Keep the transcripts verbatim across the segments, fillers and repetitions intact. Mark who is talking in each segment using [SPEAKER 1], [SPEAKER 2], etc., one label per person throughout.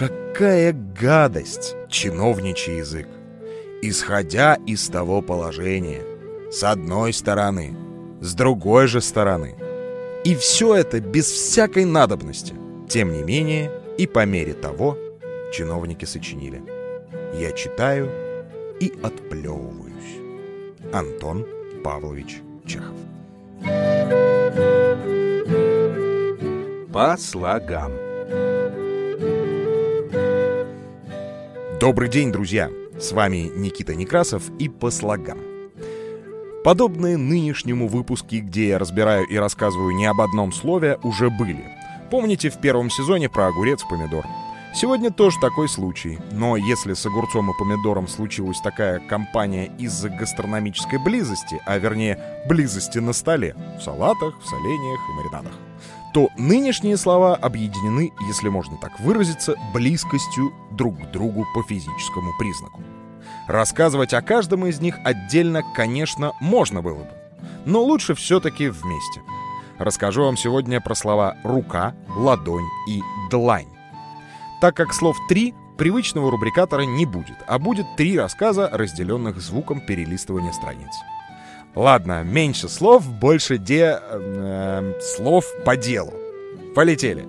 [SPEAKER 1] какая гадость, чиновничий язык! Исходя из того положения, с одной стороны, с другой же стороны. И все это без всякой надобности. Тем не менее, и по мере того, чиновники сочинили. Я читаю и отплевываюсь. Антон Павлович Чехов.
[SPEAKER 2] По слогам.
[SPEAKER 1] Добрый день, друзья! С вами Никита Некрасов и по слогам. Подобные нынешнему выпуски, где я разбираю и рассказываю не об одном слове, уже были. Помните в первом сезоне про огурец и помидор? Сегодня тоже такой случай, но если с огурцом и помидором случилась такая компания из-за гастрономической близости, а вернее близости на столе, в салатах, в соленьях и маринадах, то нынешние слова объединены, если можно так выразиться, близкостью друг к другу по физическому признаку. Рассказывать о каждом из них отдельно, конечно, можно было бы, но лучше все-таки вместе. Расскажу вам сегодня про слова «рука», «ладонь» и «длань». Так как слов три, привычного рубрикатора не будет, а будет три рассказа, разделенных звуком перелистывания страниц. Ладно, меньше слов, больше де... Э, слов по делу. Полетели.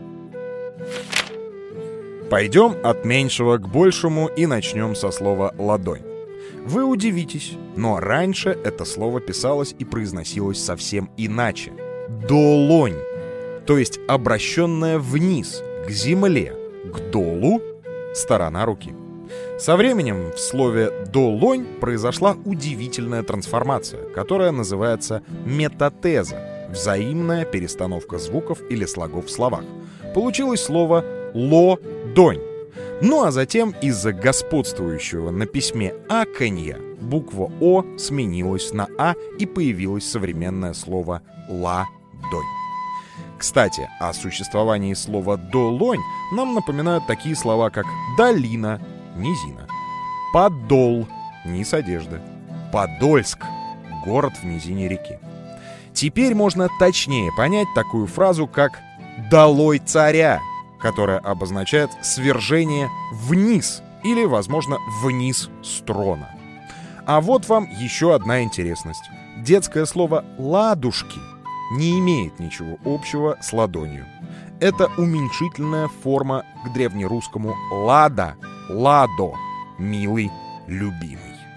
[SPEAKER 1] Пойдем от меньшего к большему и начнем со слова «ладонь». Вы удивитесь, но раньше это слово писалось и произносилось совсем иначе. «Долонь», то есть обращенная вниз, к земле, к долу, сторона руки. Со временем в слове «долонь» произошла удивительная трансформация, которая называется метатеза, взаимная перестановка звуков или слогов в словах. Получилось слово «ло-донь». Ну а затем из-за господствующего на письме аканья буква «о» сменилась на «а» и появилось современное слово «ла-донь». Кстати, о существовании слова «долонь» нам напоминают такие слова, как «долина», низина, «подол», низ одежды, «Подольск», город в низине реки. Теперь можно точнее понять такую фразу, как «долой царя», которая обозначает свержение вниз или, возможно, вниз с трона. А вот вам еще одна интересность. Детское слово «ладушки» не имеет ничего общего с ладонью. Это уменьшительная форма к древнерусскому «лада», «ладо», «милый», «любимый».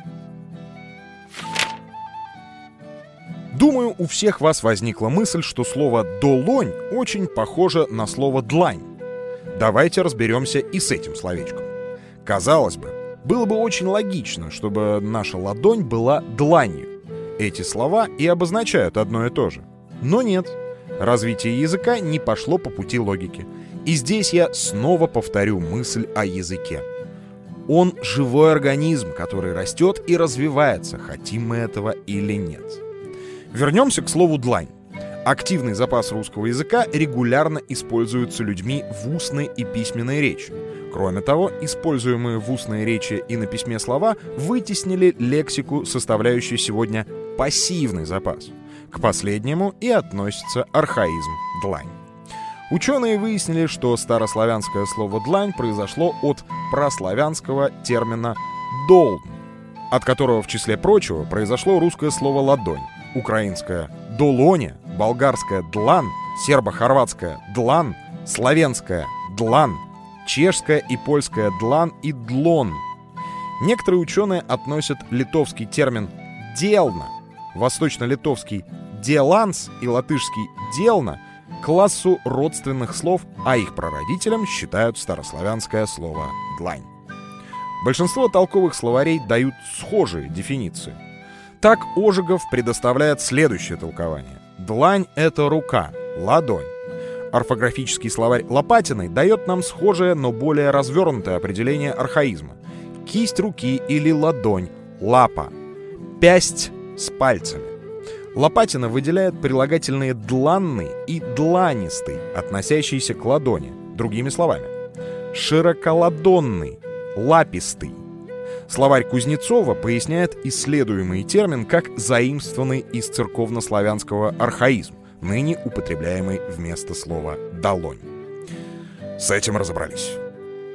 [SPEAKER 1] Думаю, у всех вас возникла мысль, что слово «долонь» очень похоже на слово «длань». Давайте разберемся и с этим словечком. Казалось бы, было бы очень логично, чтобы наша ладонь была дланью. Эти слова и обозначают одно и то же. Но нет, развитие языка не пошло по пути логики. И здесь я снова повторю мысль о языке. Он живой организм, который растет и развивается, хотим мы этого или нет. Вернемся к слову «длань». Активный запас русского языка регулярно используется людьми в устной и письменной речи. Кроме того, используемые в устной речи и на письме слова вытеснили лексику, составляющую сегодня пассивный запас. К последнему и относится архаизм «длань». Ученые выяснили, что старославянское слово «длань» произошло от прославянского термина «долн», от которого, в числе прочего, произошло русское слово «ладонь», украинское «долоня», болгарское «длан», сербо-хорватское «длан», славянское «длан», чешское и польское «длан» и «длон». Некоторые ученые относят литовский термин «делна», восточно-литовский «деланс» и латышский «делна» к классу родственных слов, а их прародителем считают старославянское слово «длань». Большинство толковых словарей дают схожие дефиниции. Так Ожегов предоставляет следующее толкование. Длань — это рука, ладонь. Орфографический словарь Лопатиной дает нам схожее, но более развернутое определение архаизма. Кисть руки или ладонь, лапа. Пясть с пальцами. Лопатина выделяет прилагательные «дланный» и «дланистый», относящиеся к ладони. Другими словами, широколадонный, лапистый. Словарь Кузнецова поясняет исследуемый термин как заимствованный из церковнославянского архаизм, ныне употребляемый вместо слова «долонь». С этим разобрались.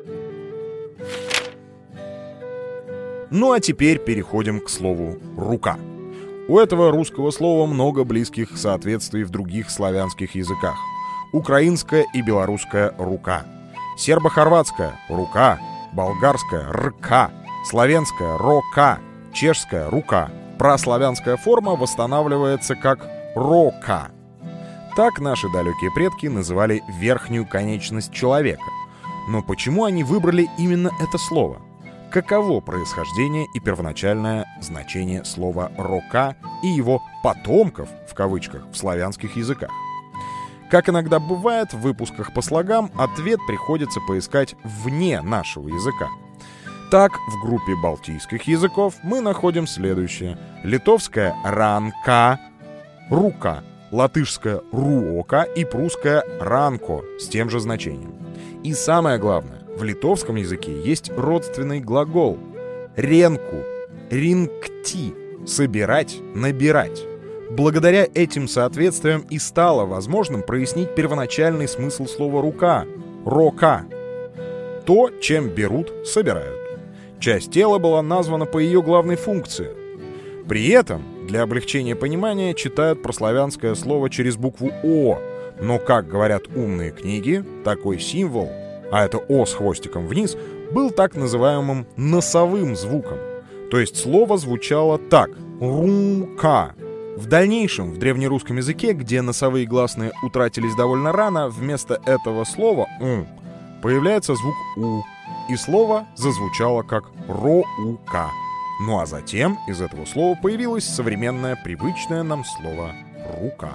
[SPEAKER 1] Ну а теперь переходим к слову «рука». У этого русского слова много близких соответствий в других славянских языках. Украинская и белорусская «рука», сербо-хорватская «рука», болгарская «рка», славянская «рока», чешская «рука». Праславянская форма восстанавливается как «рока». Так наши далекие предки называли верхнюю конечность человека. Но почему они выбрали именно это слово? Каково происхождение и первоначальное значение слова «рока» и его «потомков» в кавычках в славянских языках? Как иногда бывает, в выпусках по слогам ответ приходится поискать вне нашего языка. Так, в группе балтийских языков мы находим следующее. Литовская «ранка», «рука», латышская «руока» и прусская «ранко» с тем же значением. И самое главное, в литовском языке есть родственный глагол «ренку», «ринкти» — «собирать», «набирать». Благодаря этим соответствиям и стало возможным прояснить первоначальный смысл слова «рука» — «рока». То, чем берут, собирают. Часть тела была названа по ее главной функции. При этом, для облегчения понимания, читают прославянское слово через букву «О», но, как говорят умные книги, такой символ, а это «О» с хвостиком вниз, был так называемым носовым звуком. То есть слово звучало так «рука». В дальнейшем в древнерусском языке, где носовые гласные утратились довольно рано, вместо этого слова «ум» появляется звук «у», и слово зазвучало как «роука». Ну а затем из этого слова появилось современное привычное нам слово «рука».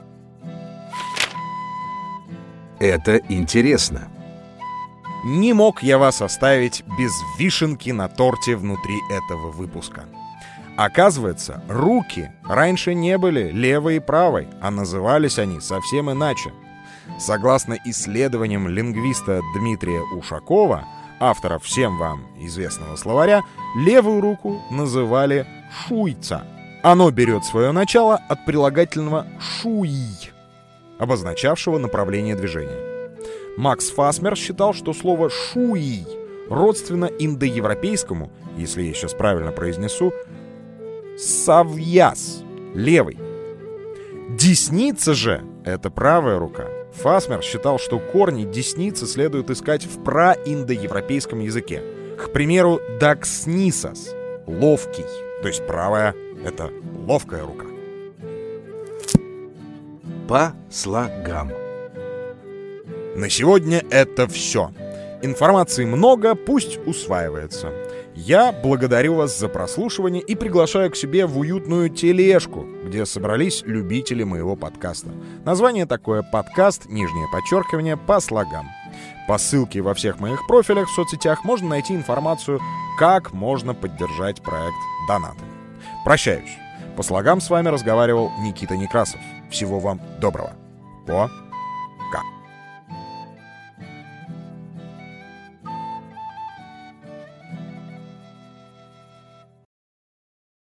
[SPEAKER 2] Это интересно.
[SPEAKER 1] Не мог я вас оставить без вишенки на торте внутри этого выпуска. Оказывается, руки раньше не были левой и правой, а назывались они совсем иначе. Согласно исследованиям лингвиста Дмитрия Ушакова, автора всем вам известного словаря, левую руку называли «шуйца». Оно берет свое начало от прилагательного «шуй», обозначавшего направление движения. Макс Фасмер считал, что слово «шуй» родственно индоевропейскому, если я сейчас правильно произнесу, «савьяс» — левый. Десница же — это правая рука. Фасмер считал, что корни десницы следует искать в праиндоевропейском языке. К примеру, «дакснисас» — ловкий, то есть правая — это ловкая рука.
[SPEAKER 2] По слогам.
[SPEAKER 1] На сегодня это все. Информации много, пусть усваивается. Я благодарю вас за прослушивание и приглашаю к себе в уютную тележку, где собрались любители моего подкаста. Название такое: подкаст, нижнее подчеркивание, по слогам. По ссылке во всех моих профилях в соцсетях можно найти информацию, как можно поддержать проект донатами. Прощаюсь. По слогам с вами разговаривал Никита Некрасов. Всего вам доброго. По